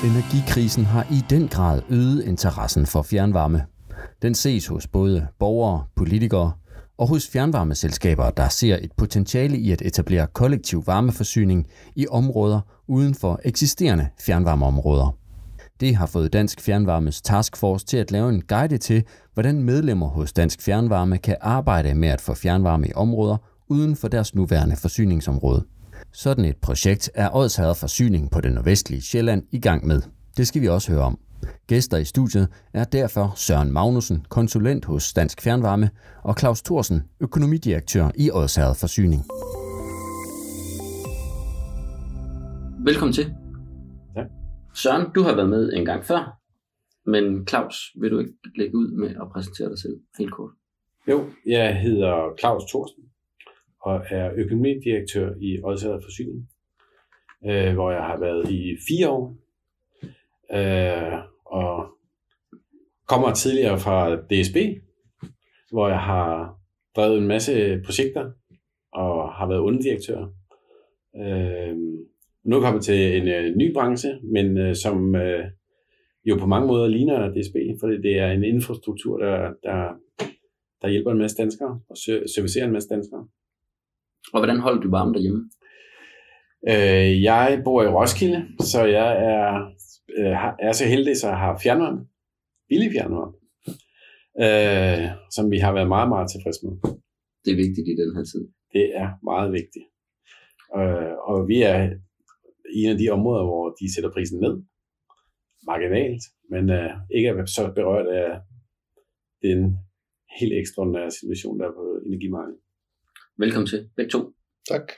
Energikrisen har i den grad øget interessen for fjernvarme. Den ses hos både borgere, politikere og hos fjernvarmeselskaber, der ser et potentiale i at etablere kollektiv varmeforsyning i områder uden for eksisterende fjernvarmeområder. Det har fået Dansk Fjernvarmes Taskforce til at lave en guide til, hvordan medlemmer hos Dansk Fjernvarme kan arbejde med at få fjernvarme i områder uden for deres nuværende forsyningsområde. Sådan et projekt er Odsherred Forsyning på det nordvestlige Sjælland i gang med. Det skal vi også høre om. Gæster i studiet er derfor Søren Magnussen, konsulent hos Dansk Fjernvarme, og Claus Thorsen, økonomidirektør i Odsherred Forsyning. Velkommen til. Ja. Søren, du har været med en gang før, men Claus, vil du ikke lægge ud med at præsentere dig selv helt kort? Jo, jeg hedder Claus Thorsen og er økonomidirektør i Odsherred Forsyning, hvor jeg har været i 4 år. Og kommer tidligere fra DSB, hvor jeg har drevet en masse projekter og har været underdirektør. Nu kommer jeg til en ny branche, men som jo på mange måder ligner DSB, fordi det er en infrastruktur, der hjælper en masse danskere og servicerer en masse danskere. Og hvordan holder du varme derhjemme? Jeg bor i Roskilde, så jeg er så heldig, så jeg har fjernvarme. Billig fjernvarme. Som vi har været meget, meget tilfredse med. Det er vigtigt i den her tid. Det er meget vigtigt. Og vi er i en af de områder, hvor de sætter prisen ned. Marginalt, men ikke er så berørt af den helt ekstraordinære situation, der er på energimarkedet. Velkommen til begge to. Tak.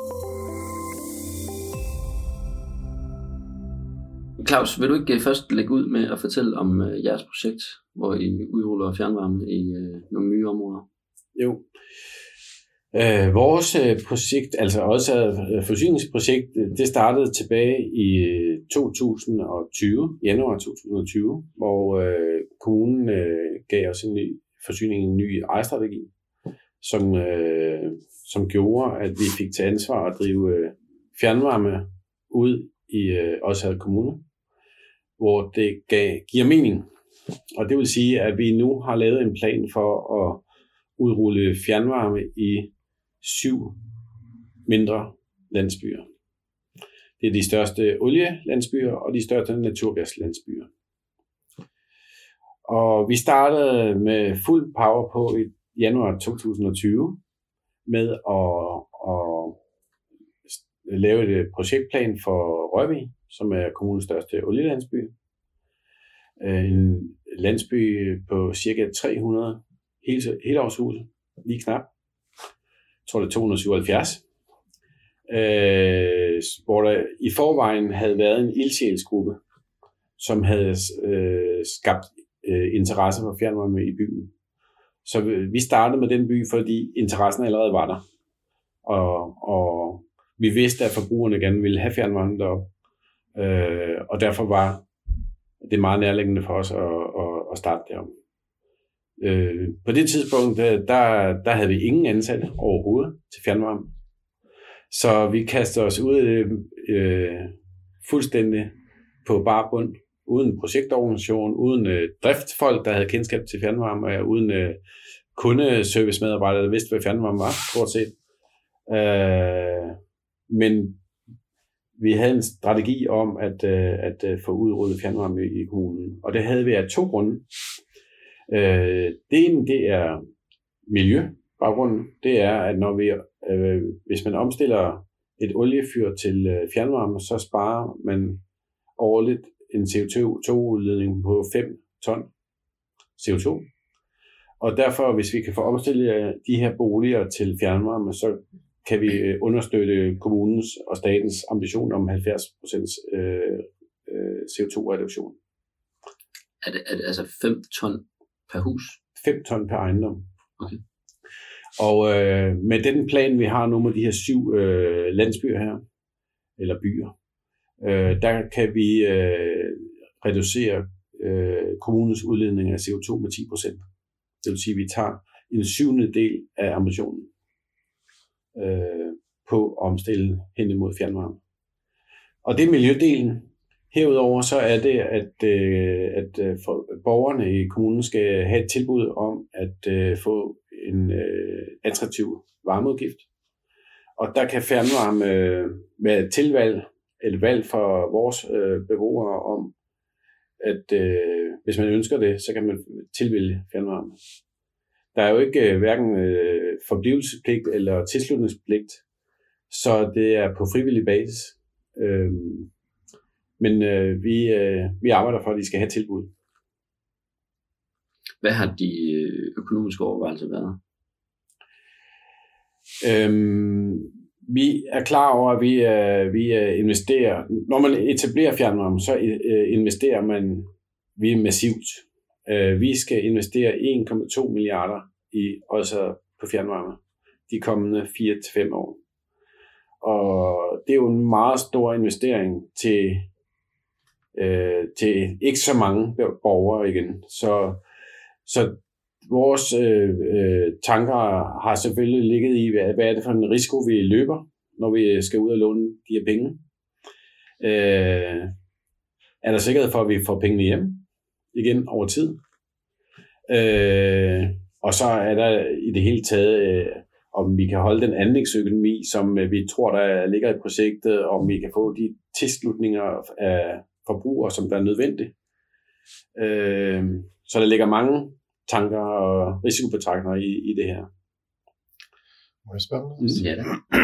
Claus, vil du ikke først lægge ud med at fortælle om jeres projekt, hvor I udruller fjernvarme i nogle nye områder? Jo. Vores projekt, altså også forsyningsprojekt, det startede tilbage i 2020, januar 2020, hvor kommunen gav os en ny ejerstrategi, som gjorde, at vi fik til ansvar at drive fjernvarme ud i Odsherred Kommune, hvor det giver mening. Og det vil sige, at vi nu har lavet en plan for at udrulle fjernvarme i 7 mindre landsbyer. Det er de største olielandsbyer og de største naturgaslandsbyer. Og vi startede med fuld power på i januar 2020 med at lave et projektplan for Rørvig, som er kommunens største olielandsby. En landsby på cirka 300 helårshuse, lige knap. Jeg tror det er 277. Hvor der i forvejen havde været en ildsjælsgruppe, som havde skabt interesse for fjernvarme i byen. Så vi startede med den by, fordi interessen allerede var der. Og vi vidste, at forbrugerne gerne ville have fjernvarme deroppe. Og derfor var det meget nærliggende for os at starte deroppe. På det tidspunkt, der havde vi ingen ansatte overhovedet til fjernvarme. Så vi kastede os ud fuldstændig på bar bund, uden projektorganisation, uden driftsfolk, der havde kendskab til fjernvarme, og uden kundeservicemedarbejdere, der vidste, hvad fjernvarme var, stort set. Men vi havde en strategi om at få udrullet fjernvarme i kommunen, og det havde vi af 2 grunde. Det ene, det er miljøbaggrunden. Det er, at når hvis man omstiller et oliefyr til fjernvarme, så sparer man årligt en CO2-udledning på 5 ton CO2. Og derfor, hvis vi kan få omstillet de her boliger til fjernvarme, så kan vi understøtte kommunens og statens ambition om 70% CO2-reduktion. Er det altså 5 ton per hus? 5 ton per ejendom. Okay. Og med den plan, vi har nu med de her 7 landsbyer her, eller byer, der kan vi reducere kommunens udledning af CO2 med 10%. Det vil sige, at vi tager en 7/del af ambitionen på at omstille hen imod fjernvarme. Og det er miljødelen. Herudover så er det, at borgerne i kommunen skal have et tilbud om at få en attraktiv varmeudgift. Og der kan fjernvarme være et tilvalg, et valg for vores beboere om, at hvis man ønsker det, så kan man tilvælge fjernvarme. Der er jo ikke hverken forblivelsespligt eller tilslutningspligt, så det er på frivillig basis. Men vi arbejder for, at de skal have tilbud. Hvad har de økonomiske overvejelser været? Vi er klar over, at vi investerer. Når man etablerer fjernvarme, så investerer vi massivt. Vi skal investere 1,2 milliarder i også på fjernvarme de kommende 4-5 år. Og det er jo en meget stor investering til ikke så mange borgere igen. Så vores tanker har selvfølgelig ligget i, hvad er det for en risiko, vi løber, når vi skal ud og låne de her penge. Er der sikkerhed for, at vi får pengene hjem igen over tid? Og så er der i det hele taget, om vi kan holde den anlægsøkonomi, som vi tror, der ligger i projektet, om vi kan få de tilslutninger af forbrugere, som der er nødvendigt. Så der ligger mange tanker og risikobetragtninger i det her. Må jeg spørge mig? Ja.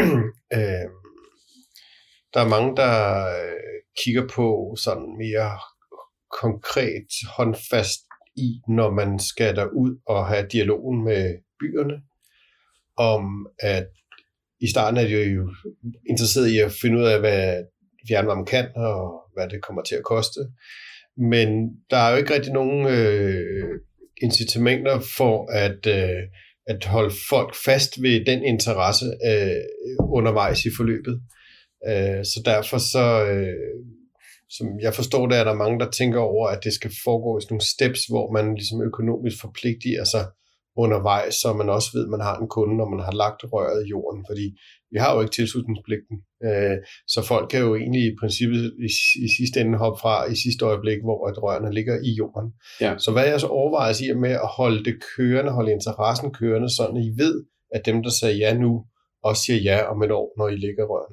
Der er mange, der kigger på sådan mere konkret håndfast i, når man skal derud og have dialogen med byerne, om at i starten er de jo interesseret i at finde ud af, hvad fjernvarme kan, og hvad det kommer til at koste. Men der er jo ikke rigtig nogen incitamenter for at holde folk fast ved den interesse undervejs i forløbet. Så derfor så, som jeg forstår det, er der mange, der tænker over, at det skal foregå i sådan nogle steps, hvor man ligesom økonomisk forpligtiger sig undervejs, så man også ved, at man har en kunde, når man har lagt røret i jorden, fordi vi har jo ikke tilslutningspligten. Så folk kan jo egentlig i princippet i sidste ende hoppe fra i sidste øjeblik, hvor at rørene ligger i jorden. Ja. Så hvad er jeres overvejelse i med at holde det kørende, holde interessen kørende, sådan at I ved, at dem, der sagde ja nu, også siger ja om et år, når I lægger rørene?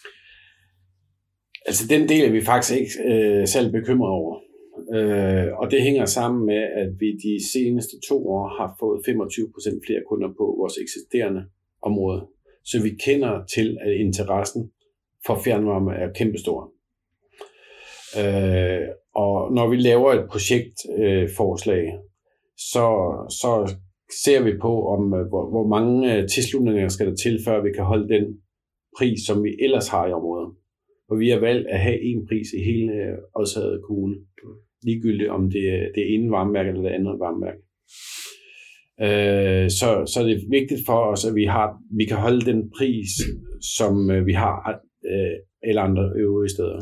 Altså den del er vi faktisk ikke selv bekymret over. Og det hænger sammen med, at vi de seneste 2 år har fået 25% flere kunder på vores eksisterende område. Så vi kender til, at interessen for fjernvarme er kæmpestor. Og når vi laver et projektforslag, så ser vi på, om hvor mange tilslutninger skal der til, før vi kan holde den pris, som vi ellers har i området. Og vi har valgt at have en pris i hele Odsherred Kommune. Ligegyldigt om det er det ene varmeværk eller det andet varmeværk. Så det er vigtigt for os, at vi kan holde den pris, som vi har eller andre øvrige steder.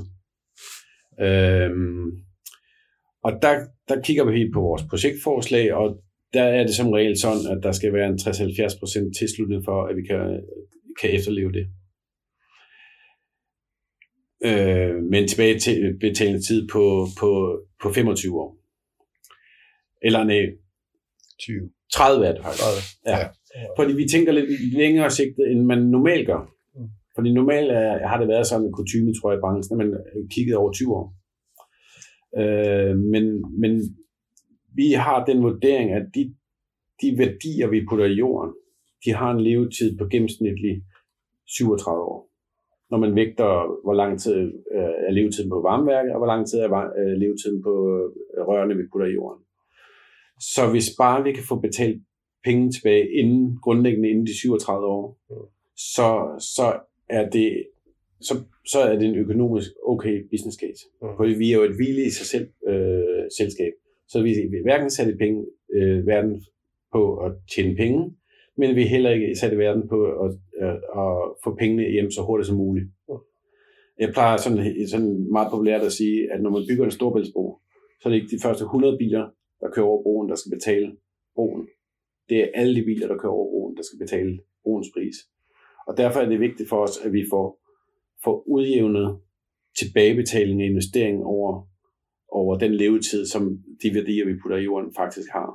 Og der kigger vi helt på vores projektforslag, og der er det som regel sådan, at der skal være en 60-70% tilslutning for, at vi kan efterleve det. Men tilbage til betalingstid på 25 år. Eller nej, 30 er det faktisk. 30. Ja. Fordi vi tænker lidt længere sigtet, end man normalt gør. Fordi normalt har det været sådan en kutyme, tror jeg, i branchen, at man kiggede over 20 år. Men vi har den vurdering, at de værdier, vi putter i jorden, de har en levetid på gennemsnitlig 37 år. Når man vægter, hvor lang tid er levetiden på varmeværket, og hvor lang tid er levetiden på rørene, vi putter i jorden. Så hvis bare vi kan få betalt penge tilbage grundlæggende inden de 37 år, så er det en økonomisk okay business case. Fordi vi er jo et hvile i sig selv selskab. Så vi hverken sætte penge verden på at tjene penge, men vi heller ikke sætte verden på at få pengene hjem så hurtigt som muligt. Jeg plejer sådan meget populært at sige, at når man bygger en storbæltsbro, så er det ikke de første 100 biler, der kører over broen, der skal betale broen. Det er alle de biler, der kører over broen, der skal betale broens pris. Og derfor er det vigtigt for os, at vi får udjævnet tilbagebetaling af investering over den levetid, som de værdier, vi putter i jorden, faktisk har.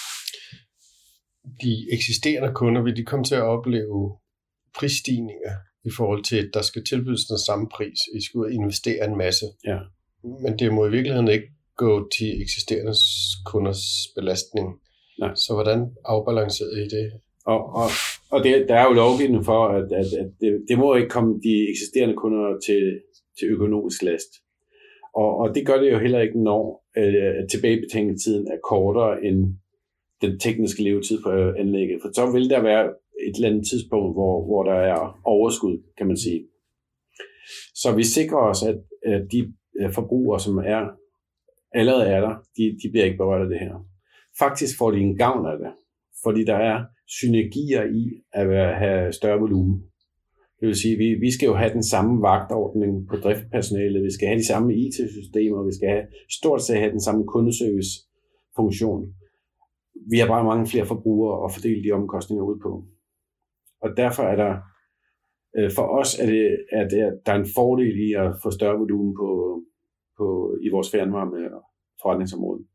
De eksisterende kunder, vil de komme til at opleve prisstigninger i forhold til, at der skal tilbydes den samme pris, I skal ud og investere en masse. Ja. Men det må i virkeligheden ikke gå til eksisterende kunders belastning. Nej. Så hvordan afbalancerer I det? Og der er jo lovgivning for, at det må ikke komme de eksisterende kunder til økonomisk last. Og det gør det jo heller ikke, når tilbagebetalingstiden er kortere end den tekniske levetid på anlægget. For så vil der være et eller andet tidspunkt, hvor der er overskud, kan man sige. Så vi sikrer os, at de forbrugere, som allerede er der, de bliver ikke berørt af det her. Faktisk får de en gavn af det, fordi der er synergier i at have større volumen. Det vil sige, at vi skal jo have den samme vagtordning på driftpersonalet, vi skal have de samme IT-systemer, vi skal stort set have den samme kundeservice-funktion. Vi har bare mange flere forbrugere at fordele de omkostninger ud på. Og derfor er der, for os er der er en fordel i at få større volumen i vores fjernvarme forretningsområde.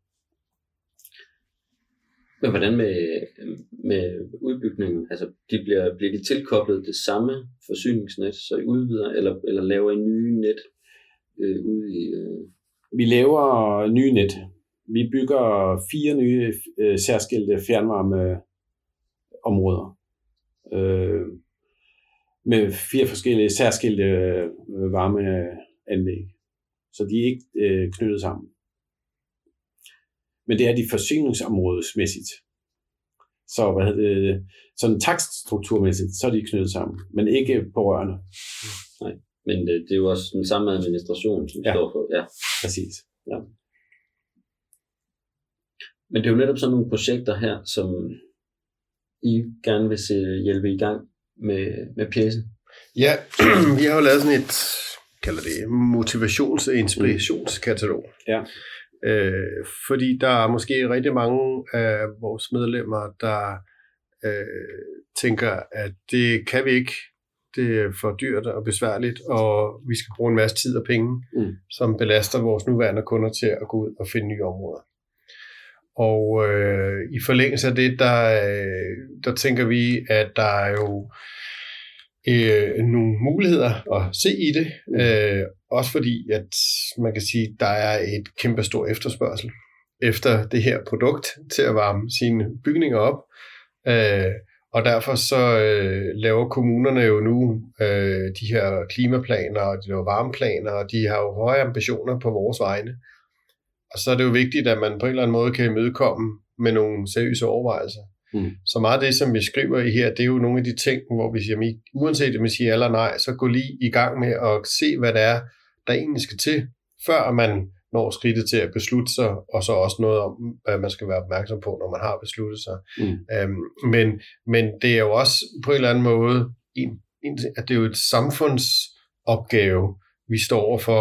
Men hvordan med udbygningen? Altså, bliver de tilkoblet det samme forsyningsnet, så I udvider, eller laver I nye net ude i... Vi laver nye net. Vi bygger 4 nye særskilte fjernvarmeområder. Med 4 forskellige særskilte varmeanlæg. Så de er ikke knyttet sammen. Men det er de forsyningsområdesmæssigt. Så sådan takststrukturmæssigt, så er de knyttet sammen, men ikke på rørene. Nej, men det er jo også den samme administration, som står for. Ja, præcis. Ja. Men det er jo netop sådan nogle projekter her, som I gerne vil hjælpe i gang med pjecen. Ja, vi har jo lavet sådan et, kalder det, motivations- og inspirationskatalog. Ja. Fordi der er måske rigtig mange af vores medlemmer, der tænker, at det kan vi ikke, det er for dyrt og besværligt, og vi skal bruge en masse tid og penge, som belaster vores nuværende kunder til at gå ud og finde nye områder. Og i forlængelse af det, der tænker vi, at der er jo nogle muligheder at se i det, også fordi, at man kan sige, at der er et kæmpe stor efterspørgsel efter det her produkt til at varme sine bygninger op, og derfor så laver kommunerne jo nu de her klimaplaner, og de laver varmeplaner, og de har jo høje ambitioner på vores vegne, og så er det jo vigtigt, at man på en eller anden måde kan imødekomme med nogle seriøse overvejelser. Så meget af det, som vi skriver i her, det er jo nogle af de ting, hvor vi siger, uanset om vi siger eller nej, så gå lige i gang med at se, hvad det er, der egentlig skal til, før man når skridtet til at beslutte sig, og så også noget om, hvad man skal være opmærksom på, når man har besluttet sig. Men det er jo også på en eller anden måde, at det er jo et samfundsopgave, vi står over for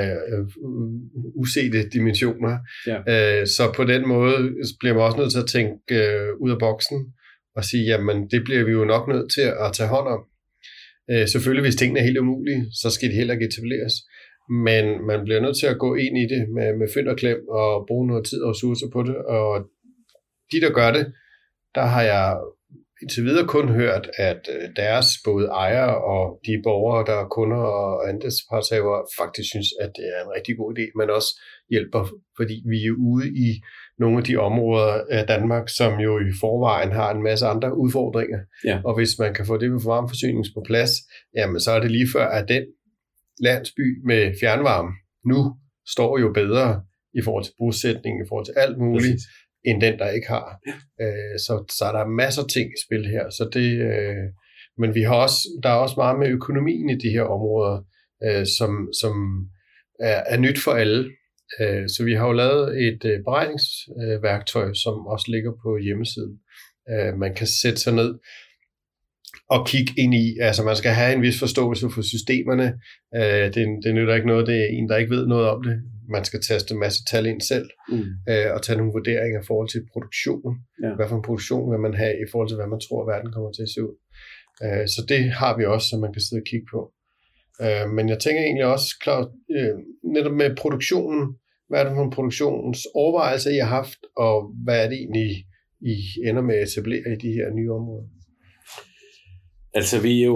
usete dimensioner. Ja. Så på den måde bliver man også nødt til at tænke ud af boksen og sige, jamen det bliver vi jo nok nødt til at tage hånd om. Selvfølgelig, hvis tingene er helt umulige, så skal det heller ikke etableres. Men man bliver nødt til at gå ind i det med fynd og klem og bruge noget tid og ressourcer på det. Og de, der gør det, der har jeg indtil videre kun hørt, at deres både ejere og de borgere, der er kunder og andelsparthavere, faktisk synes, at det er en rigtig god idé, men også hjælper, fordi vi er ude i nogle af de områder af Danmark, som jo i forvejen har en masse andre udfordringer. Ja. Og hvis man kan få det med varmeforsyning på plads, jamen så er det lige før, at den landsby med fjernvarme nu står jo bedre i forhold til bosætning, i forhold til alt muligt. Præcis. End den, der ikke har. Så er der masser af ting i spil her. Så det, men der er også meget med økonomien i de her områder, som er nyt for alle. Så vi har jo lavet et beregningsværktøj, som også ligger på hjemmesiden. Man kan sætte sig ned og kigge ind i, altså man skal have en vis forståelse for systemerne. Det nytter ikke noget, det er en, der ikke ved noget om det. Man skal taste en masse tal ind selv, og tage nogle vurderinger i forhold til produktion. Ja. Hvad for en produktion vil man have i forhold til, hvad man tror, verden kommer til at se ud. Så det har vi også, som man kan sidde og kigge på. Men jeg tænker egentlig også, Claus, netop med produktionen, hvad er det for en produktionsovervejelse, I har haft, og hvad er det egentlig, I ender med at etablere i de her nye områder? Altså, vi er jo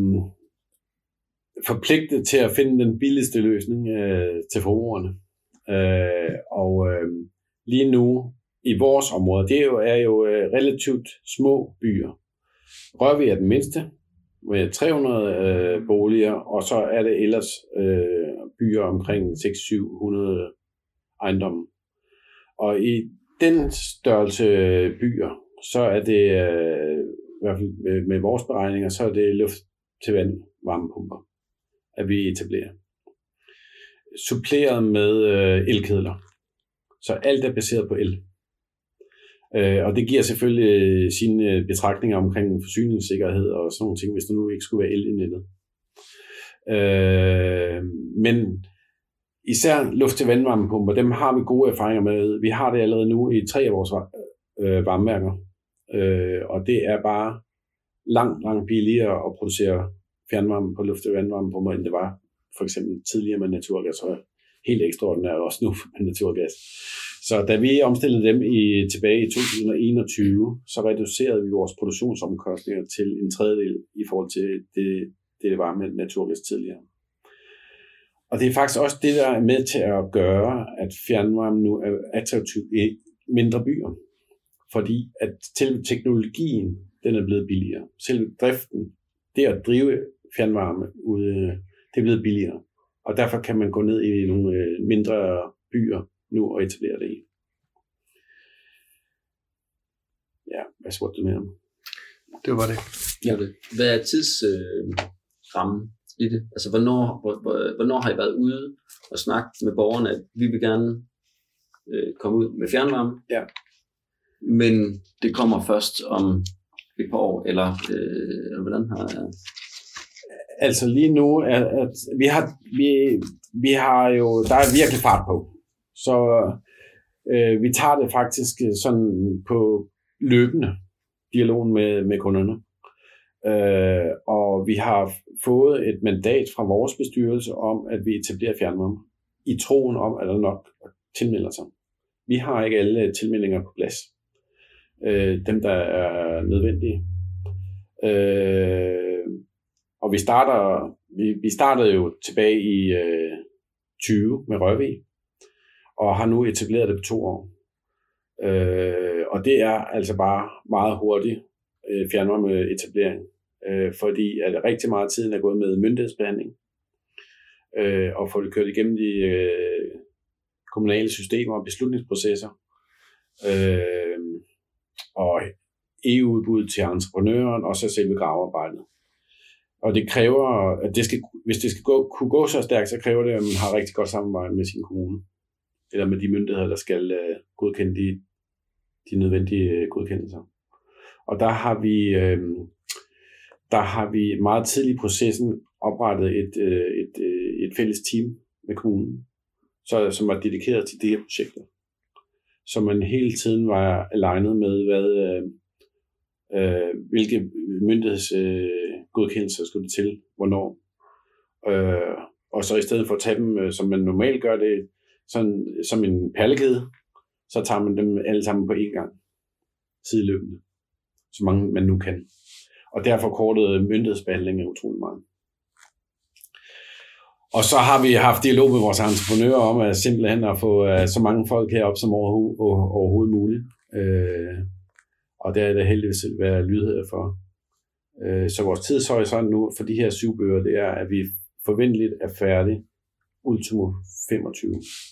forpligtet til at finde den billigste løsning til forbrugerne. Lige nu i vores område, det er jo relativt små byer. Rørvig er den mindste, med 300 boliger, og så er det ellers byer omkring 600-700 ejendomme. Og i den størrelse byer, så er det, i hvert fald med vores beregninger, så er det luft til vand varmepumper, at vi etablerer. Suppleret med elkedler. Så alt er baseret på el. Og det giver selvfølgelig sine betragtninger omkring forsyningssikkerhed og sådan nogle ting, hvis der nu ikke skulle være el i nettet. Men især luft-til-vandvarmepumper, dem har vi gode erfaringer med. Vi har det allerede nu i 3 af vores varmeværker. Og det er bare langt billigere at producere fjernvarme på luft-til-vandvarmepumper, end det var for eksempel tidligere med naturgas, og helt ekstraordinært også nu med naturgas. Så da vi omstillede dem tilbage i 2021, så reducerede vi vores produktionsomkostninger til 1/3 i forhold til det var med naturgas tidligere. Og det er faktisk også det, der er med til at gøre, at fjernvarme nu er attraktivt i mindre byer. Fordi at selve teknologien, den er blevet billigere. Selve driften, det at drive fjernvarme ude, det er blevet billigere. Og derfor kan man gå ned i nogle mindre byer nu og etablere det i. Ja, hvad spurgte du med om? Det var det. Ja. Hvad er tidsrammen i det? Altså, hvornår har I været ude og snakke med borgerne, at vi vil gerne komme ud med fjernvarme? Ja. Men det kommer først om et par år, eller hvordan har jeg... Altså lige nu, at vi har jo, der er virkelig fart på. Så vi tager det faktisk sådan på løbende dialogen med kunderne. Og vi har fået et mandat fra vores bestyrelse om, at vi etablerer fjernvarme. I troen om, at der nok tilmelder sig. Vi har ikke alle tilmeldinger på plads. Dem, der er nødvendige. Og vi startede jo tilbage i 20 med Rørvig, og har nu etableret det på 2 år. Og det er altså bare meget hurtig fjernvarmeetablering, fordi at rigtig meget af tiden er gået med myndighedsbehandling, og få det kørt igennem de kommunale systemer og beslutningsprocesser, og EU-udbud til entreprenøren, og så selve gravearbejdet. Og det kræver, at hvis det skal kunne gå så stærkt, så kræver det, at man har rigtig godt samarbejde med sin kommune, eller med de myndigheder, der skal godkende de nødvendige godkendelser. Og der har vi meget tidligt i processen oprettet et fælles team med kommunen, som var dedikeret til de her projekter. Så man hele tiden var alignet med, hvilke myndighedsgodkendelser skulle det til, hvornår. Og så i stedet for at tage dem, som man normalt gør det, sådan, som en perlekæde, så tager man dem alle sammen på én gang, sideløbende, så mange man nu kan. Og derfor kortede myndighedsbehandlingen utrolig meget. Og så har vi haft dialog med vores entreprenører om at simpelthen at få så mange folk herop som overhovedet muligt. Og der er det heldigvis at være lydhør for. Så vores tidshorisont nu for de her 7 bøger, det er, at vi forventeligt er færdige ultimo 25.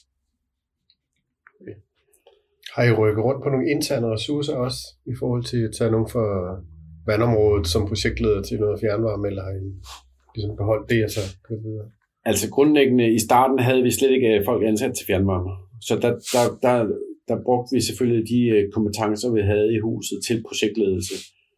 Okay. Har I rykket rundt på nogle interne ressourcer også, i forhold til at tage nogen for vandområdet som projektleder til noget fjernvarme, eller har I ligesom beholdt det, og så kørt videre? Altså grundlæggende i starten havde vi slet ikke folk ansat til fjernvarme. Så der brugte vi selvfølgelig de kompetencer, vi havde i huset til projektledelse.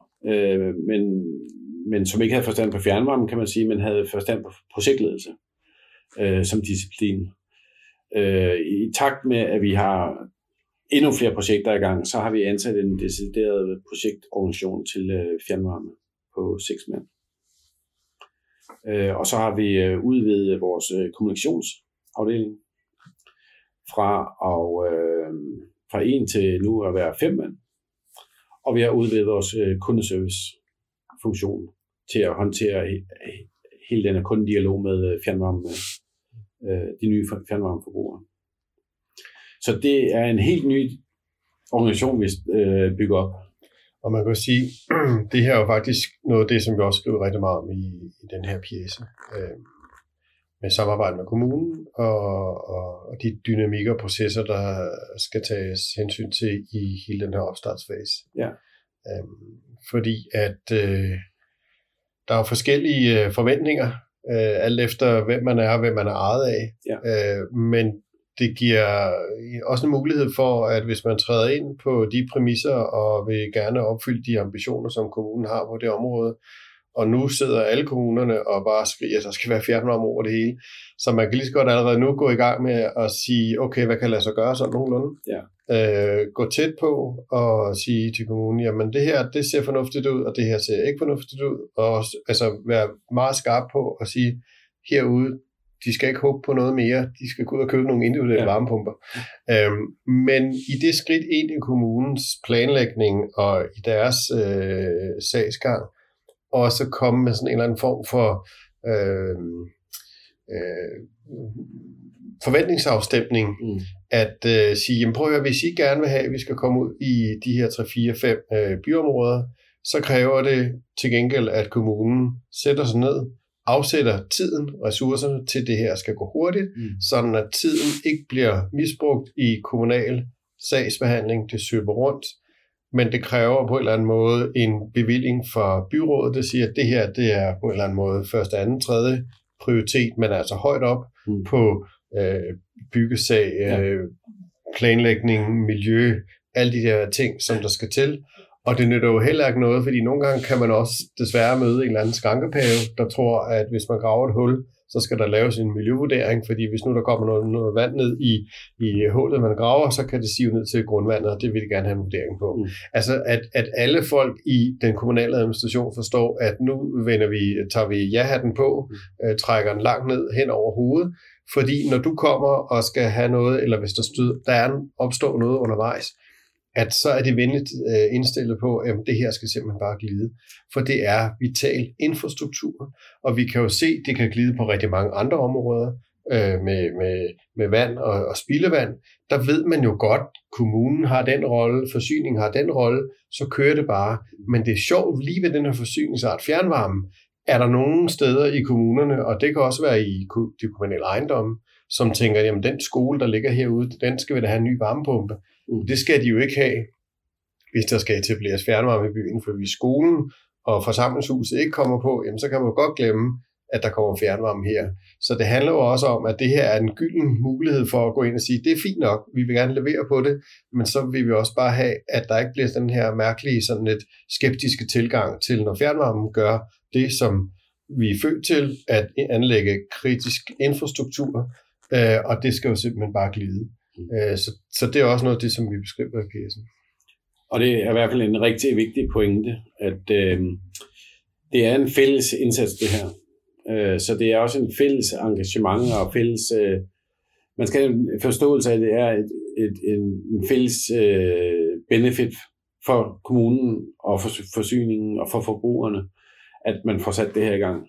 Men som ikke havde forstand på fjernvarme, kan man sige, men havde forstand på projektledelse som disciplin. I takt med, at vi har endnu flere projekter i gang, så har vi ansat en decideret projektorganisation til fjernvarme på 6 mand. Og så har vi udvidet vores kommunikationsafdeling fra 1 til nu at være 5 mand. Og vi har udvidet vores kundeservice-funktion til at håndtere hele den her kundedialog med de nye fjernvarmeforbrugere. Så det er en helt ny organisation, vi bygger op. Og man kan sige, det her er jo faktisk noget af det, som vi også skriver rigtig meget om i den her pjece. Med samarbejde med kommunen og de dynamikker og processer, der skal tages hensyn til i hele den her opstartsfase. Ja. Fordi at der er forskellige forventninger, alt efter hvem man er og hvem man er ejet af. Ja. Men det giver også en mulighed for, at hvis man træder ind på de præmisser og vil gerne opfylde de ambitioner, som kommunen har på det område, og nu sidder alle kommunerne og bare skriger, at der skal være fjernvarme over det hele, så man kan lige så godt allerede nu gå i gang med at sige, okay, hvad kan lade sig gøre sådan nogenlunde? Ja. Gå tæt på og sige til kommunen, jamen det her, det ser fornuftigt ud, og det her ser ikke fornuftigt ud, og altså være meget skarp på at sige, herude, de skal ikke håbe på noget mere, de skal gå ud og købe nogle individuelle varmepumper. Men i det skridt ind i kommunens planlægning og i deres sagsgang, og så komme med sådan en eller anden form for forventningsafstemning, at sige, jamen prøv at høre, hvis I gerne vil have, at vi skal komme ud i de her 3, 4, 5 byområder, så kræver det til gengæld, at kommunen sætter sig ned, afsætter tiden, ressourcerne til det her skal gå hurtigt, sådan at tiden ikke bliver misbrugt i kommunal sagsbehandling, det søber rundt, men det kræver på en eller anden måde en bevilling fra byrådet, der siger, at det her, det er på en eller anden måde første, anden, tredje prioritet, men altså højt op på byggesag, planlægning, miljø, alle de der ting, som der skal til. Og det nytter jo heller ikke noget, fordi nogle gange kan man også desværre møde en eller anden skankepave, der tror, at hvis man graver et hul, så skal der laves en miljøvurdering, fordi hvis nu der kommer noget vand ned i hullet, man graver, så kan det sive ned til grundvandet, og det vil de gerne have en vurdering på. Altså, at alle folk i den kommunale administration forstår, at nu tager vi ja-hatten på, trækker den langt ned hen over hovedet, fordi når du kommer og skal have noget, eller hvis der opstår noget undervejs, at så er det venligt indstillet på, at det her skal simpelthen bare glide. For det er vital infrastruktur, og vi kan jo se, at det kan glide på rigtig mange andre områder med vand og spildevand. Der ved man jo godt, kommunen har den rolle, forsyningen har den rolle, så kører det bare. Men det er sjovt, lige ved den her forsyningsart fjernvarme, er der nogle steder i kommunerne, og det kan også være i de kommunale ejendomme, som tænker, jamen den skole, der ligger herude, den skal vi da have en ny varmepumpe. Det skal de jo ikke have, hvis der skal etableres fjernvarme i byen, for hvis skolen og forsamlingshuset ikke kommer på, jamen så kan man jo godt glemme, at der kommer fjernvarme her. Så det handler jo også om, at det her er en gylden mulighed for at gå ind og sige, det er fint nok, vi vil gerne levere på det, men så vil vi også bare have, at der ikke bliver den her mærkelige, sådan lidt skeptiske tilgang til, når fjernvarmen gør det, som vi er født til, at anlægge kritisk infrastruktur, og det skal jo simpelthen bare glide. Så det er også noget af det, som vi beskriver i pjecen. Og det er i hvert fald en rigtig vigtig pointe, at det er en fælles indsats, det her. Så det er også en fælles engagement og fælles... man skal have en forståelse af, at det er en fælles benefit for kommunen og for forsyningen og for forbrugerne, at man får sat det her i gang.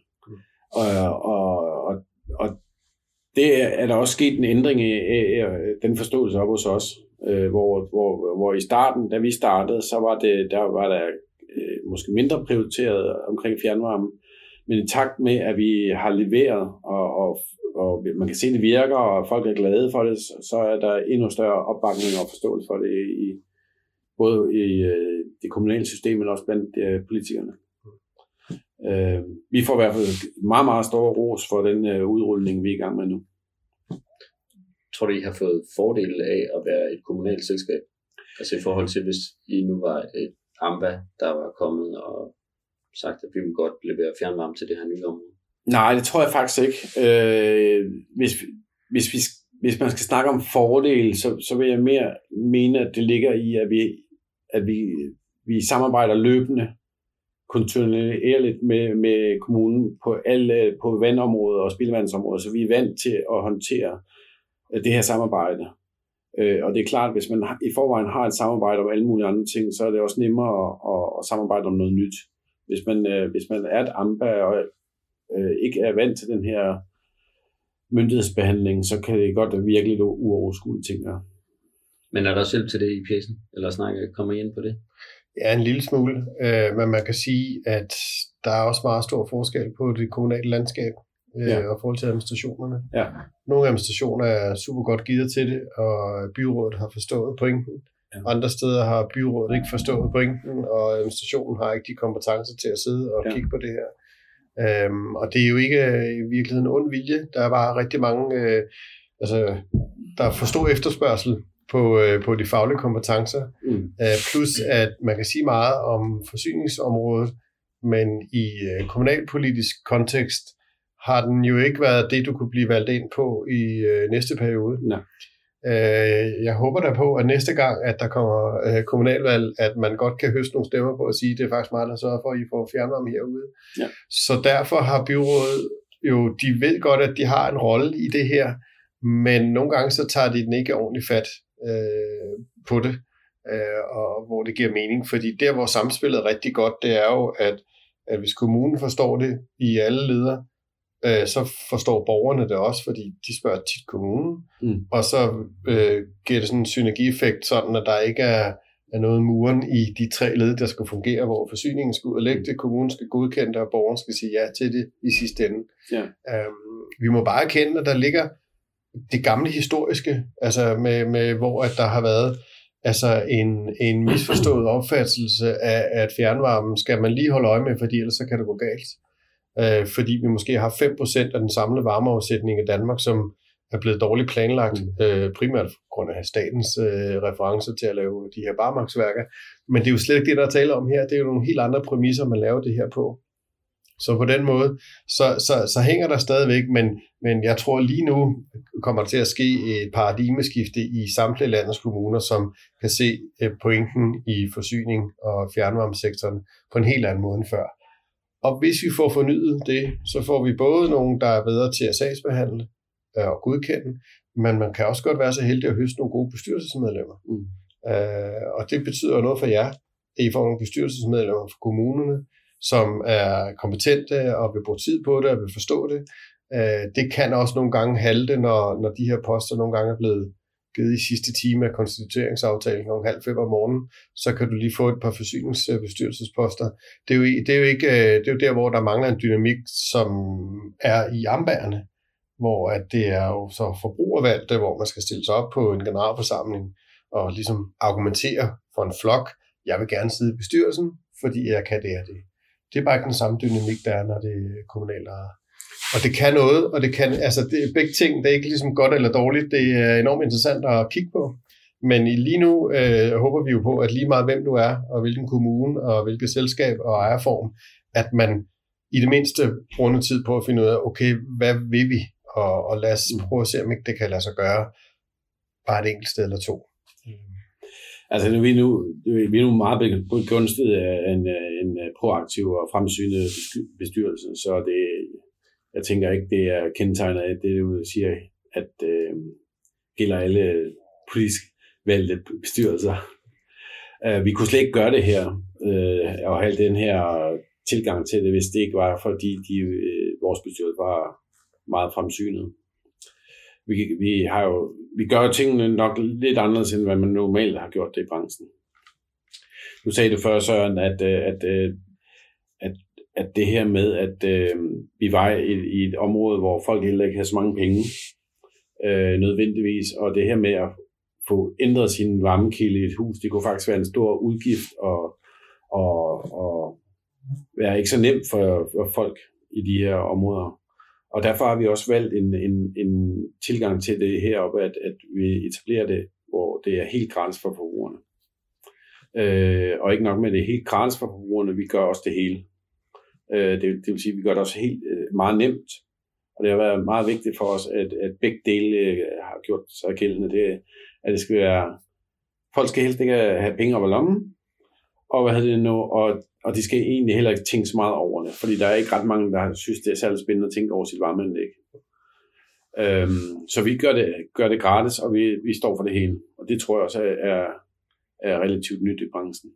Og det er der også sket en ændring i den forståelse op hos os, hvor i starten, da vi startede, så var der måske mindre prioriteret omkring fjernvarme, men i takt med, at vi har leveret, og man kan se, at det virker, og folk er glade for det, så er der endnu større opbakning og forståelse for det, både i det kommunale system, men også blandt politikerne. Vi får i hvert fald meget, meget stor ros for den udrulning, vi er i gang med nu. Tror du, I har fået fordele af at være et kommunalt selskab? Altså i forhold til, hvis I nu var et AMBA, der var kommet og sagt, at vi vil godt levere fjernvarme til det her nye område? Nej, det tror jeg faktisk ikke. Hvis man skal snakke om fordele, så vil jeg mere mene, at det ligger i, at vi samarbejder løbende kontinuerligt med kommunen på vandområdet og spildevandsområdet, så vi er vant til at håndtere det her samarbejde. Og det er klart, hvis man i forvejen har et samarbejde om alle mulige andre ting, så er det også nemmere at samarbejde om noget nyt. Hvis man er et AMBA og ikke er vant til den her myndighedsbehandling, så kan det godt være virkelig uoverskuelige ting. Ja. Men er der også hjælp til det i pjecen? Eller kommer I ind på det? Ja, en lille smule. Men man kan sige, at der er også meget stor forskel på det kommunale landskab og forhold til administrationerne. Ja. Nogle administrationer er super godt givet til det, og byrådet har forstået pointen. Ja. Andre steder har byrådet ikke forstået pointen, og administrationen har ikke de kompetencer til at sidde og kigge på det her. Og det er jo ikke i virkeligheden en ond vilje. Der er bare rigtig mange, der er for stor efterspørgsel på de faglige kompetencer. Plus at man kan sige meget om forsyningsområdet, men i kommunalpolitisk kontekst har den jo ikke været det, du kunne blive valgt ind på i næste periode. Nej. Jeg håber da på, at næste gang, at der kommer kommunalvalg, at man godt kan høste nogle stemmer på at sige, at det er faktisk meget, der sørger for, at I får fjernvarme herude. Ja. Så derfor har byrådet jo, de ved godt, at de har en rolle i det her, men nogle gange så tager de den ikke ordentligt fat på det, og hvor det giver mening. Fordi der, hvor samspillet er rigtig godt, det er jo, at hvis kommunen forstår det i alle leder, så forstår borgerne det også, fordi de spørger tit kommunen, og så giver det sådan en synergieffekt, sådan at der ikke er noget muren i de 3 led, der skal fungere, hvor forsyningen skal ud og lægge det, kommunen skal godkende det, og borgeren skal sige ja til det i sidste ende. Ja. Vi må bare erkende, at der ligger det gamle historiske, altså med hvor at der har været en misforstået opfattelse af, at fjernvarmen skal man lige holde øje med, fordi ellers så kan det gå galt. Fordi vi måske har 5% af den samlede varmeafsætning i Danmark, som er blevet dårligt planlagt, primært på grund af statens referencer til at lave de her barmarksværker. Men det er jo slet ikke det, der er tale om her. Det er jo nogle helt andre præmisser, man laver det her på. Så på den måde, så hænger der stadigvæk, men jeg tror lige nu kommer der til at ske et paradigmeskifte i samtlige landets kommuner, som kan se pointen i forsyning og fjernvarmesektoren på en helt anden måde end før. Og hvis vi får fornyet det, så får vi både nogen, der er bedre til at sagsbehandle og godkende, men man kan også godt være så heldig at høste nogle gode bestyrelsesmedlemmer. Og det betyder noget for jer, at I får nogle bestyrelsesmedlemmer for kommunerne, som er kompetente og vil bruge tid på det og vil forstå det. Det kan også nogle gange halte, når de her poster nogle gange er blevet givet i sidste time af konstitueringsaftalen kl. 4:30 om morgenen, så kan du lige få et par forsyningsbestyrelsesposter. Det er jo der, hvor der mangler en dynamik, som er i AMBA'erne, hvor at det er jo så forbrugervalgte, hvor man skal stille sig op på en generalforsamling og ligesom argumentere for en flok. Jeg vil gerne sidde i bestyrelsen, fordi jeg kan det og det. Det er bare ikke den samme dynamik, der er, når det er kommunalt ejet. Og det kan noget, og det kan, altså det er begge ting, det er ikke ligesom godt eller dårligt, det er enormt interessant at kigge på. Men lige nu håber vi jo på, at lige meget hvem du er, og hvilken kommune, og hvilket selskab og ejerform, at man i det mindste bruger noget tid på at finde ud af, okay, hvad vil vi? Og lad os prøve at se, om ikke det kan lade sig gøre bare et enkelt sted eller 2. Altså vi er nu meget begunstiget af en proaktiv og fremsynet bestyrelse, så det, jeg tænker ikke, det er kendetegnet af det, du siger, at gælder alle politisk valgte bestyrelser. Vi kunne slet ikke gøre det her, og have den her tilgang til det, hvis det ikke var, fordi vores bestyrelse var meget fremsynet. Vi gør jo tingene nok lidt anderledes, end hvad man normalt har gjort det i branchen. Du sagde det før, Søren, at det her med, at vi var i et område, hvor folk heller ikke havde så mange penge, nødvendigvis, og det her med at få ændret sin varmekilde i et hus, det kunne faktisk være en stor udgift, og være ikke så nemt for folk i de her områder. Og derfor har vi også valgt en tilgang til det heroppe, at vi etablerer det, hvor det er helt gratis for forbrugerne. Og ikke nok med det helt gratis for forbrugerne, vi gør også det hele. Det vil sige, at vi gør det også helt meget nemt. Og det har været meget vigtigt for os, at begge dele har gjort sig gældende. At det skal være, folk skal helst ikke have penge op ad lommen, og Og de skal egentlig heller ikke tænke så meget over det, fordi der er ikke ret mange, der synes, det er særlig spændende at tænke over sit varmeanlæg. Så vi gør det gratis, og vi står for det hele. Og det tror jeg også er relativt nyt i branchen.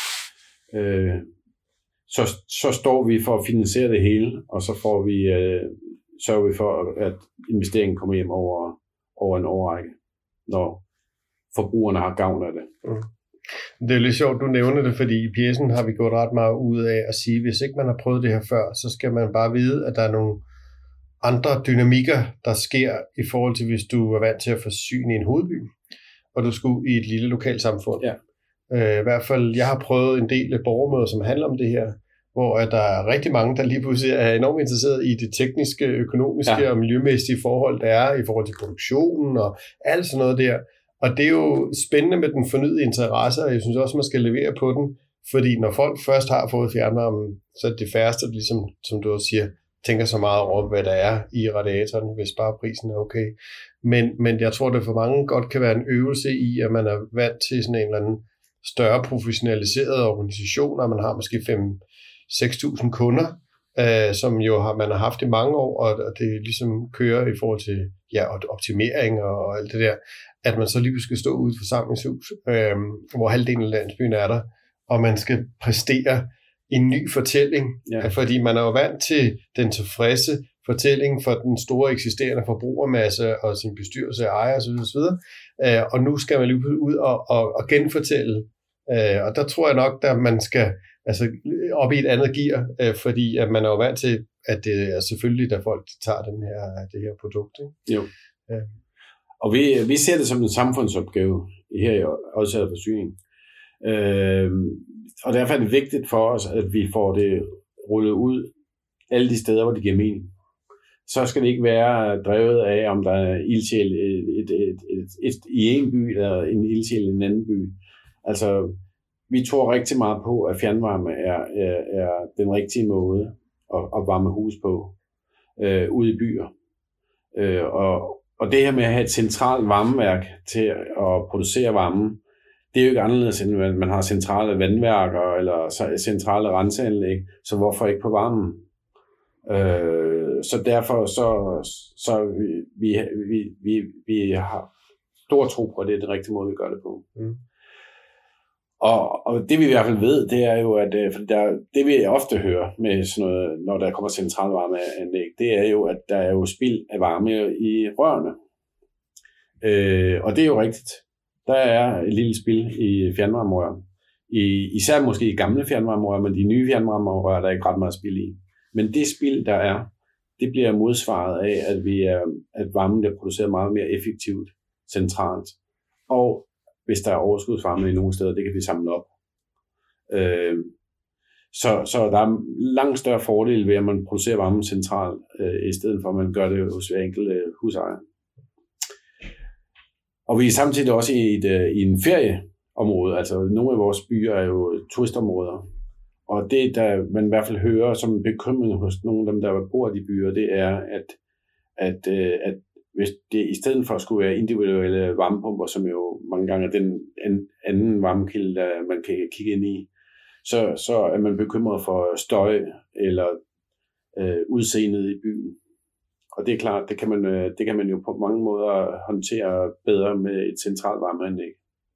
Så står vi for at finansiere det hele, og så sørger vi for, at investeringen kommer hjem over en årrække, når forbrugerne har gavn af det. Mm. Det er lidt sjovt, du nævner det, fordi i pjecen har vi gået ret meget ud af at sige, at hvis ikke man har prøvet det her før, så skal man bare vide, at der er nogle andre dynamikker, der sker i forhold til, hvis du er vant til at forsyne i en hovedby, og du skulle i et lille lokalsamfund. Ja. I hvert fald, jeg har prøvet en del af borgermøder, som handler om det her, hvor der er rigtig mange, der lige pludselig er enormt interesseret i det tekniske, økonomiske og miljømæssige forhold, der er i forhold til produktionen og alt sådan noget der. Og det er jo spændende med den fornyede interesse, og jeg synes også, man skal levere på den, fordi når folk først har fået fjernvarmen, så er det færreste, ligesom, som du også siger, tænker så meget over, hvad der er i radiatoren, hvis bare prisen er okay. Men jeg tror, det for mange godt kan være en øvelse i, at man er vant til sådan en eller anden større professionaliseret organisation, og man har måske 5-6.000 kunder, som jo man har haft i mange år, og det ligesom kører i forhold til optimering og alt det der, at man så lige skal stå ude i et forsamlingshus, hvor halvdelen af landsbyen er der, og man skal præstere en ny fortælling, fordi man er jo vant til den tilfredse fortælling for den store eksisterende forbrugermasse og sin bestyrelse af ejer osv. Og nu skal man lige ud og genfortælle. Og der tror jeg nok, at man skal op i et andet gear, fordi at man er jo vant til, at det er selvfølgelig, at folk tager det her produkt. Ikke? Jo. Og vi ser det som en samfundsopgave her i Odsherred Forsyning. Og derfor er det vigtigt for os, at vi får det rullet ud alle de steder, hvor det giver mening. Så skal det ikke være drevet af, om der er ildsjæl i en by eller en ildsjæl i en anden by. Altså, vi tror rigtig meget på, at fjernvarme er den rigtige måde at varme hus på ude i byer. Og det her med at have et centralt varmeværk til at producere varme, det er jo ikke anderledes, end at man har centrale vandværker eller centrale renseanlæg, så hvorfor ikke på varmen? Så derfor så vi har stor tro på, at det er den rigtige måde, vi gør det på. Mm. Og det vi i hvert fald ved, det er jo, at det vi ofte hører med sådan noget, når der kommer centralvarmeanlæg, det er jo, at der er jo spild af varme i rørene. Og det er jo rigtigt. Der er et lille spild i fjernvarmerør. Især måske i gamle fjernvarmerør, men de nye fjernvarmerør, der er ikke ret meget spild i. Men det spild, der er, det bliver modsvaret af, at varmen bliver produceret meget mere effektivt centralt. Og hvis der er overskudsvarme i nogle steder, det kan vi samle op. Så der er langt større fordel ved, at man producerer varmen centralt, i stedet for at man gør det hos hver enkelt husejer. Og vi er samtidig også i en ferieområde. Altså nogle af vores byer er jo turistområder. Og det, der man i hvert fald hører som en bekymring hos nogle af dem, der bor i de byer, det er, at hvis det i stedet for at skulle være individuelle varmepumper, som jo mange gange er den anden varmekilde, der man kan kigge ind i, så er man bekymret for støj eller udseendet i byen. Og det er klart, det kan man jo på mange måder håndtere bedre med et centralt varmeanlæg.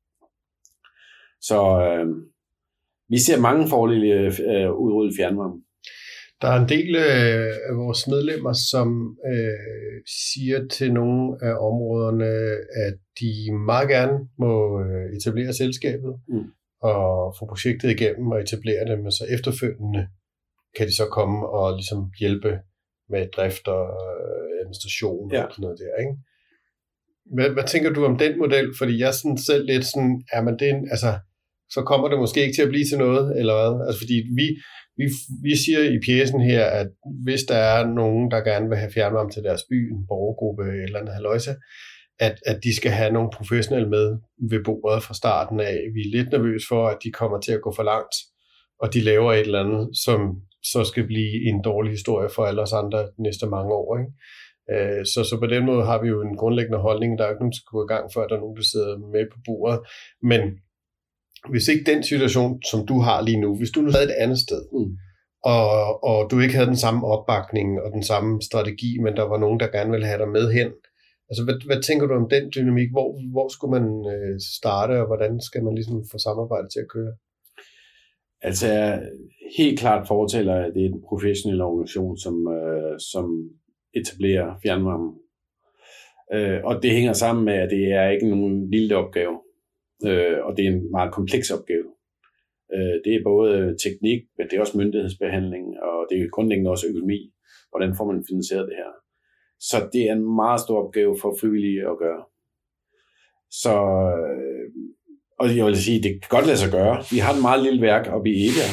Så vi ser mange fordele af udrullet fjernvarme. Der er en del af vores medlemmer, som siger til nogle af områderne, at de meget gerne må etablere selskabet og få projektet igennem og etablere det, men så efterfølgende kan de så komme og ligesom hjælpe med drift og administration og sådan noget der, ikke? Hvad tænker du om den model? Fordi jeg er sådan selv lidt sådan, men det så kommer det måske ikke til at blive til noget, eller hvad? Altså fordi vi siger i pjecen her, at hvis der er nogen, der gerne vil have fjernvarme til deres by, en borgergruppe eller andet halløjse, at de skal have nogle professionelle med ved bordet fra starten af. Vi er lidt nervøse for, at de kommer til at gå for langt, og de laver et eller andet, som så skal blive en dårlig historie for alle os andre de næste mange år, ikke? Så på den måde har vi jo en grundlæggende holdning, der er ikke nogen, der skal gå i gang, før der er nogen, der sidder med på bordet. Men hvis ikke den situation, som du har lige nu, hvis du nu havde et andet sted, og du ikke havde den samme opbakning og den samme strategi, men der var nogen, der gerne ville have dig med hen, altså hvad tænker du om den dynamik? Hvor skulle man starte, og hvordan skal man ligesom få samarbejdet til at køre? Altså, jeg helt klart fortæller, at det er en professionel organisation, som etablerer fjernvarme. Og det hænger sammen med, at det er ikke nogen lille opgave, og det er en meget kompleks opgave. Det er både teknik, men det er også myndighedsbehandling, og det er grundlæggende også økonomi. Hvordan får man finansieret det her? Så det er en meget stor opgave for frivillige at gøre. Så, og jeg vil sige, det kan godt lade sig gøre. Vi har et meget lille værk oppe i Elia,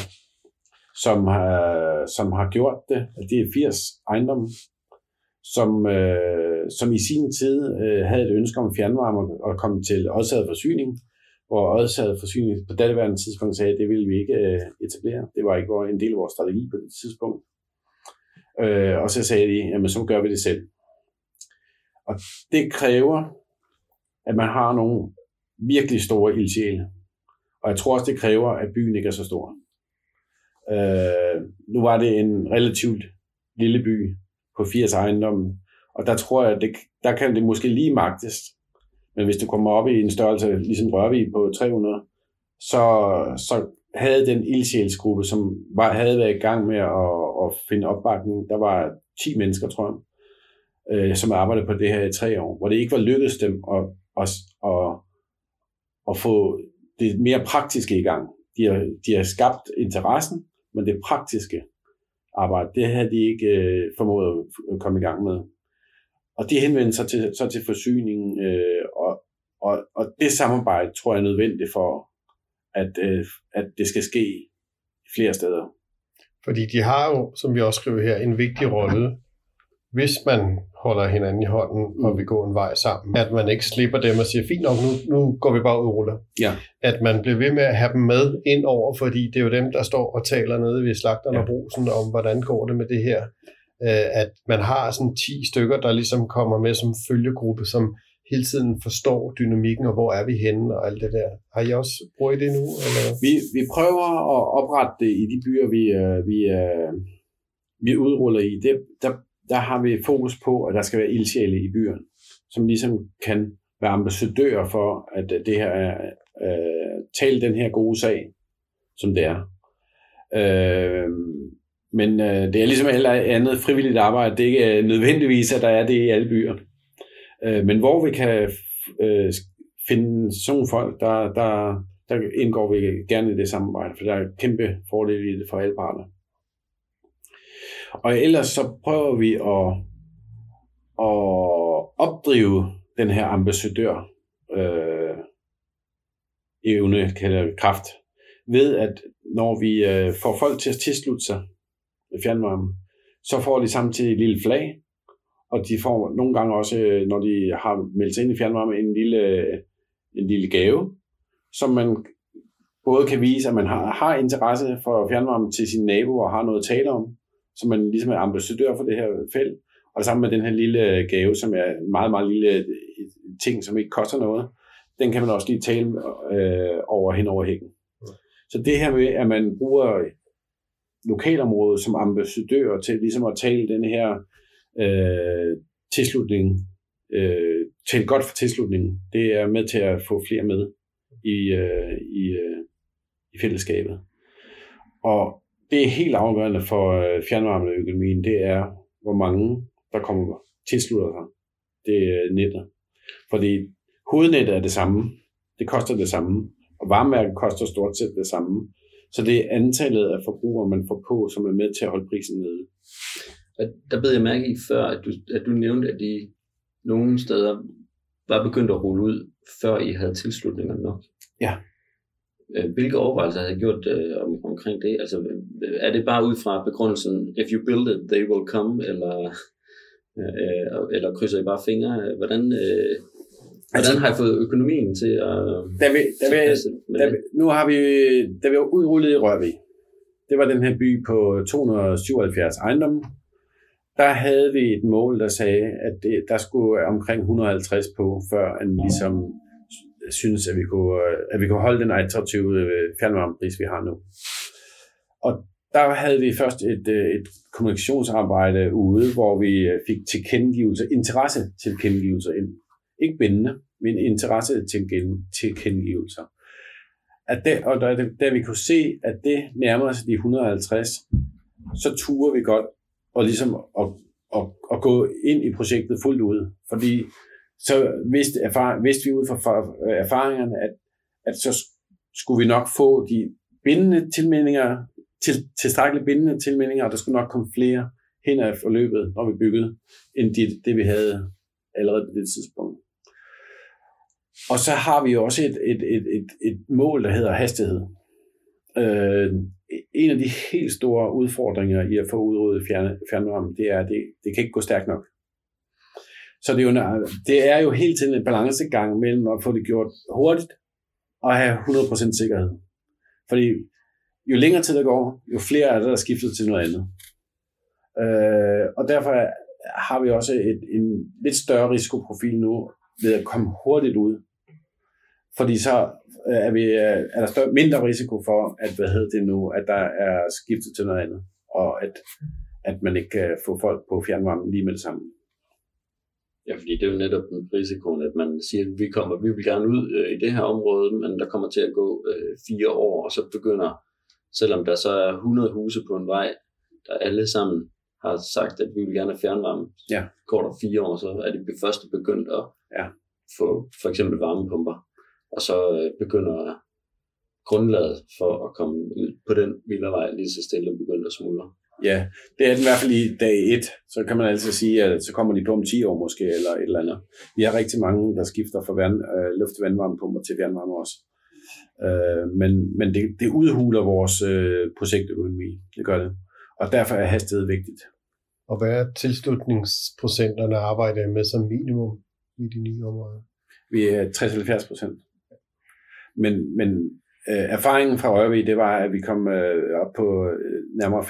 som har gjort det. Det er 80 ejendomme, som i sin tid havde et ønske om fjernvarme og komme til Odsherred Forsyning, hvor Odsherred Forsyning på daværende tidspunkt sagde, at det ville vi ikke etablere. Det var ikke en del af vores strategi på det tidspunkt. Og så sagde de, jamen så gør vi det selv. Og det kræver, at man har nogle virkelig store ildsjæle. Og jeg tror også, det kræver, at byen ikke er så stor. Nu var det en relativt lille by på 80 ejendomme, og der tror jeg, at der kan det måske lige magtes. Men hvis du kommer op i en størrelse, ligesom Rørvig på 300, så havde den ildsjælsgruppe, som havde været i gang med at finde opbakning, der var 10 mennesker, tror jeg, som arbejdede på det her i 3 år, hvor det ikke var lykkedes dem at få det mere praktiske i gang. De har skabt interessen, men det praktiske arbejde, det havde de ikke formået at komme i gang med. Og de henvendte sig til forsyningen, og det samarbejde tror jeg er nødvendigt for, at det skal ske flere steder. Fordi de har jo, som vi også skriver her, en vigtig rolle, hvis man holder hinanden i hånden og vil gå en vej sammen. At man ikke slipper dem og siger, fint nok, nu går vi bare ud og ruller. Ja. At man bliver ved med at have dem med ind over, fordi det er jo dem, der står og taler nede ved slagteren og Brugsen om, hvordan går det med det her. At man har sådan 10 stykker, der ligesom kommer med som følgegruppe, som hele tiden forstår dynamikken, og hvor er vi henne og alt det der. Har I også brugt det nu? Eller? Vi prøver at oprette det i de byer, vi udruller i. Der har vi fokus på, at der skal være ildsjæle i byerne, som ligesom kan være ambassadører for, at det her er tale den her gode sag, som det er. Men det er ligesom alt andet frivilligt arbejde. Det er ikke nødvendigvis, at der er det i alle byer. Men hvor vi kan finde sådan folk, der indgår vi gerne i det samarbejde, for der er kæmpe fordele i det for alle parter. Og ellers så prøver vi at opdrive den her ambassadør evne, kalder kraft, ved at når vi får folk til at tilslutte sig fjernvarme, så får de samtidig et lille flag, og de får nogle gange også, når de har meldt sig ind i fjernvarme, en lille gave, som man både kan vise, at man har interesse for fjernvarme til sine naboer og har noget at tale om, så man ligesom er ambassadør for det her felt, og sammen med den her lille gave, som er en meget, meget lille ting, som ikke koster noget, den kan man også lige tale hen over hækken. Så det her med, at man bruger lokalområdet som ambassadør til ligesom at tale den her tilslutning, tale godt for tilslutningen, det er med til at få flere med i fællesskabet. Og det er helt afgørende for fjernvarmeøkonomien, det er, hvor mange der kommer tilslutter sig det nettet. Fordi hovednettet er det samme, det koster det samme, og varmeværket koster stort set det samme. Så det er antallet af forbrugere, man får på, som er med til at holde prisen nede. Der bed jeg mærke i før, at du nævnte, at de nogle steder var begyndt at rulle ud, før I havde tilslutninger nok. Ja. Hvilke overvejelser havde I gjort omkring det? Altså, er det bare ud fra begrundelsen, if you build it, they will come, eller krydser I bare fingre? Hvordan har I fået økonomien til at... Nu har vi, da vi var udrullet i Rørvig, det var den her by på 277 ejendomme, der havde vi et mål, der sagde, at der skulle omkring 150 på, før en ligesom synes, at vi kunne holde den attraktive fjernvarmepris, vi har nu. Og der havde vi først et kommunikationsarbejde ude, hvor vi fik interessetilkendegivelser ind. Ikke bindende, men interessetilkendegivelser. Da vi kunne se, at det nærmede sig de 150, så turde vi godt og ligesom at gå ind i projektet fuldt ud. Fordi så vidste vi ud fra erfaringerne, at så skulle vi nok få de bindende tilmeldinger, tilstrækkeligt bindende tilmeldinger, og der skulle nok komme flere hen ad forløbet, når vi byggede, end det vi havde allerede på det tidspunkt. Og så har vi jo også et mål, der hedder hastighed. En af de helt store udfordringer i at få udryddet fjernvarme, det er, at det kan ikke gå stærkt nok. Så det er jo hele tiden en balancegang mellem at få det gjort hurtigt og have 100% sikkerhed. Fordi jo længere tid der går, jo flere er der skiftet til noget andet. Og derfor har vi også en lidt større risikoprofil nu ved at komme hurtigt ud. Fordi så er der mindre risiko for, at der er skiftet til noget andet, og at man ikke kan få folk på fjernvarmen lige med det samme. Ja, fordi det er jo netop risikoen, at man siger, at vi vil gerne ud i det her område, men der kommer til at gå 4 år, og så begynder, selvom der så er 100 huse på en vej, der alle sammen har sagt, at vi vil gerne have fjernvarme. Ja. Går der 4 år, så er de første begyndt at få for eksempel varmepumper, og så begynder grundlaget for at komme ud på den villavej lige så stille og begynde at smuldre. Ja, det er den i hvert fald i dag 1. Så kan man altid sige, at så kommer de på om 10 år måske, eller et eller andet. Vi har rigtig mange, der skifter fra luft- og vandvarmepumper til fjernvarme også. Men det udhuler vores projektøkonomi. Det gør det. Og derfor er hastighed vigtigt. Og hvad er tilslutningsprocenterne arbejder med som minimum i de nye områder? Vi er 60-70%. Men erfaringen fra Rørvig, det var, at vi kom op på nærmere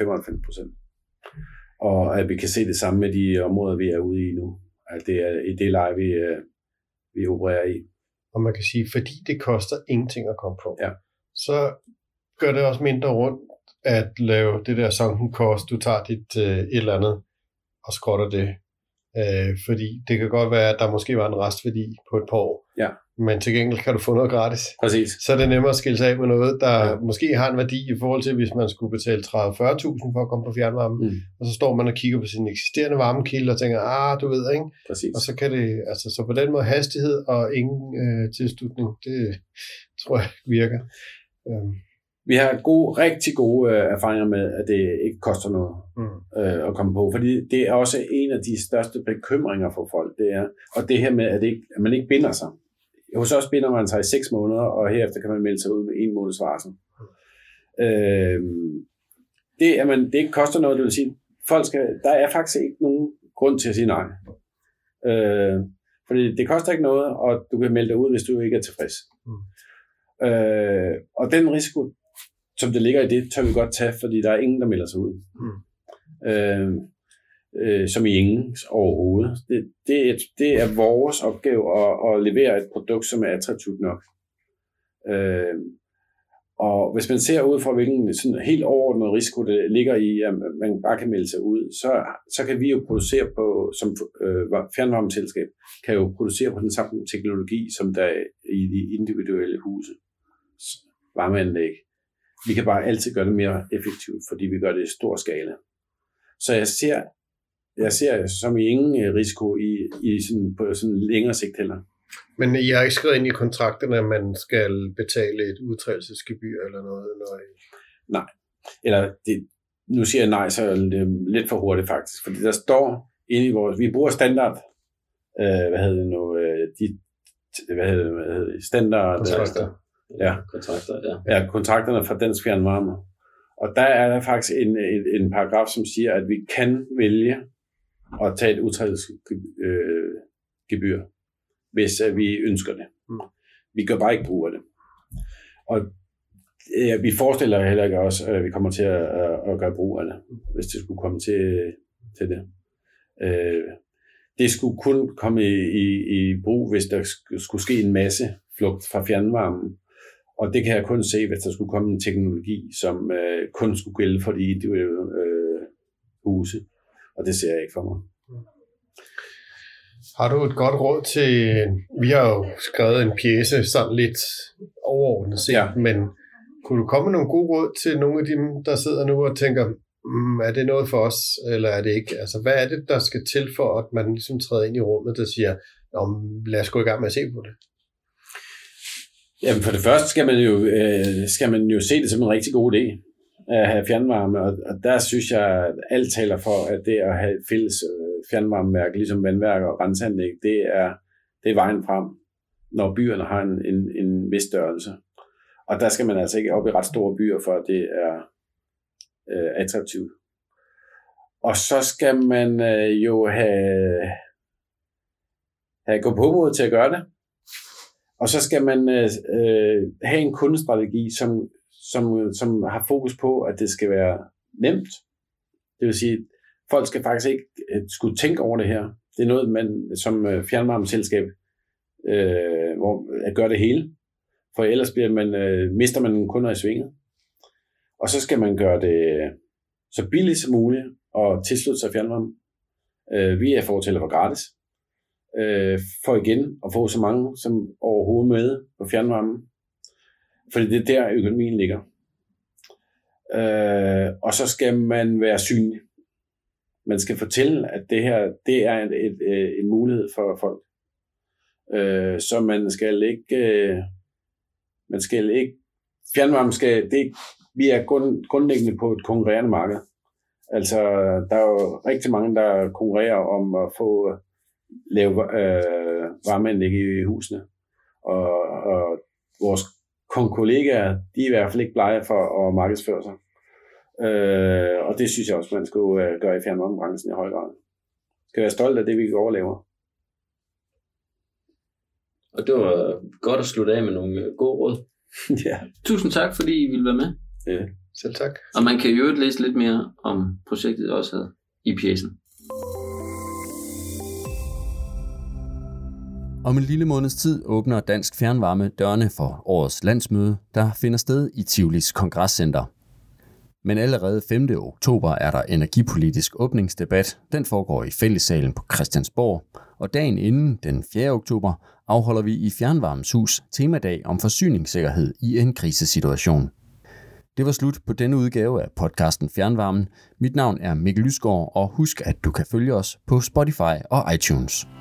95%. Og at vi kan se det samme med de områder, vi er ude i nu. At det er i det leje, vi opererer i. Og man kan sige, fordi det koster ingenting at komme på, så gør det også mindre rundt at lave det der sunken cost. Du tager dit et eller andet og skrotter det. Fordi det kan godt være, at der måske var en restværdi på et par år. Ja. Men til gengæld kan du få noget gratis. Præcis. Så er det nemmere at skille sig af med noget, der måske har en værdi i forhold til, hvis man skulle betale 30-40.000 for at komme på fjernvarme. Og så står man og kigger på sin eksisterende varmekilde og tænker, du ved, ikke? Præcis. Og så kan det, altså så på den måde hastighed og ingen tilslutning, det tror jeg virker. Vi har rigtig gode erfaringer med, at det ikke koster noget at komme på, fordi det er også en af de største bekymringer for folk, det er, og det her med, at man ikke binder sig. Hos os binder man sig i 6 måneder, og herefter kan man melde sig ud med 1 måneds varsel. Det ikke koster noget, det vil sige, der er faktisk ikke nogen grund til at sige nej. Fordi det koster ikke noget, og du kan melde dig ud, hvis du ikke er tilfreds. Og den risiko, som det ligger i det, tør vi godt tage, fordi der er ingen, der melder sig ud. Som i ingen overhovedet. Det er vores opgave at levere et produkt, som er attraktivt nok. Og hvis man ser ud fra, hvilken sådan helt overordnet risiko, det ligger i, at man bare kan melde sig ud, så kan vi jo producere på, som fjernvarmeselskab, kan jo producere på den samme teknologi, som der er i de individuelle huse. Varmeanlæg. Vi kan bare altid gøre det mere effektivt, fordi vi gør det i stor skala. Så jeg ser som ingen risiko på sådan længere sigt heller. Men I har ikke skrevet ind i kontrakterne, at man skal betale et udtrædelsesgebyr eller noget? Nej. Eller nu siger jeg nej, så er det lidt for hurtigt faktisk. Fordi der står inde i vores... Vi bruger standard... standard... Kontrakter. Ja. Kontrakter, ja. Ja, kontrakterne fra Dansk Fjernvarme. Og der er der faktisk en paragraf, som siger, at vi kan vælge at tage et udtrædelsesgebyr, hvis vi ønsker det. Vi gør bare ikke brug af det. Og vi forestiller heller ikke også, at vi kommer til at gøre brug af det, hvis det skulle komme til det. Det skulle kun komme i brug, hvis der skulle ske en masse flugt fra fjernvarmen. Og det kan jeg kun se, hvis der skulle komme en teknologi, som kun skulle gælde for de individuelle huse. Og det ser jeg ikke for mig. Har du et godt råd til... Vi har jo skrevet en pjece sådan lidt overordnet set, men kunne du komme med nogle gode råd til nogle af dem, der sidder nu og tænker, er det noget for os, eller er det ikke? Altså, hvad er det, der skal til for, at man ligesom træder ind i rummet, der siger, lad os gå i gang med at se på det? Jamen, for det første skal man jo se det som en rigtig god idé at have fjernvarme, og der synes jeg, at alt taler for, at det at have et fælles fjernvarmeværk, ligesom vandværk og renseanlæg, det er vejen frem, når byerne har en vis størrelse. Og der skal man altså ikke op i ret store byer, for at det er attraktivt. Og så skal man jo have gå på mod til at gøre det. Og så skal man have en kundestrategi, som har fokus på, at det skal være nemt. Det vil sige, folk skal faktisk ikke skulle tænke over det her. Det er noget, man som fjernvarmeselskab gør det hele. For ellers mister man kunder i svinget. Og så skal man gøre det så billigt som muligt og tilslutte sig fjernvarme. Vi er fortæller for gratis. For igen at få så mange som overhovedet med på fjernvarmen. Fordi det er der økonomien ligger. Og så skal man være synlig. Man skal fortælle, at det her det er en mulighed for folk. Så man skal ikke fjernvarme vi er grundlæggende på et konkurrerende marked. Altså, der er jo rigtig mange, der konkurrerer om at få lave varmeanlæg i husene. Og vores kollegaer, de er i hvert fald ikke blege for at markedsføre sig. Og det synes jeg også, man skulle gøre i fjernvarmebranchen i høj grad. Skal være stolt af det, vi overlever. Og det var godt at slutte af med nogle gode råd. Ja. Tusind tak, fordi I ville være med. Ja. Selv tak. Og man kan jo læse lidt mere om projektet også her i pjecen. Om en lille måneds tid åbner Dansk Fjernvarme dørene for årets landsmøde, der finder sted i Tivolis Kongresscenter. Men allerede 5. oktober er der energipolitisk åbningsdebat. Den foregår i fællessalen på Christiansborg. Og dagen inden, den 4. oktober, afholder vi i Fjernvarmens Hus temadag om forsyningssikkerhed i en krisesituation. Det var slut på denne udgave af podcasten Fjernvarmen. Mit navn er Mikkel Lysgaard, og husk, at du kan følge os på Spotify og iTunes.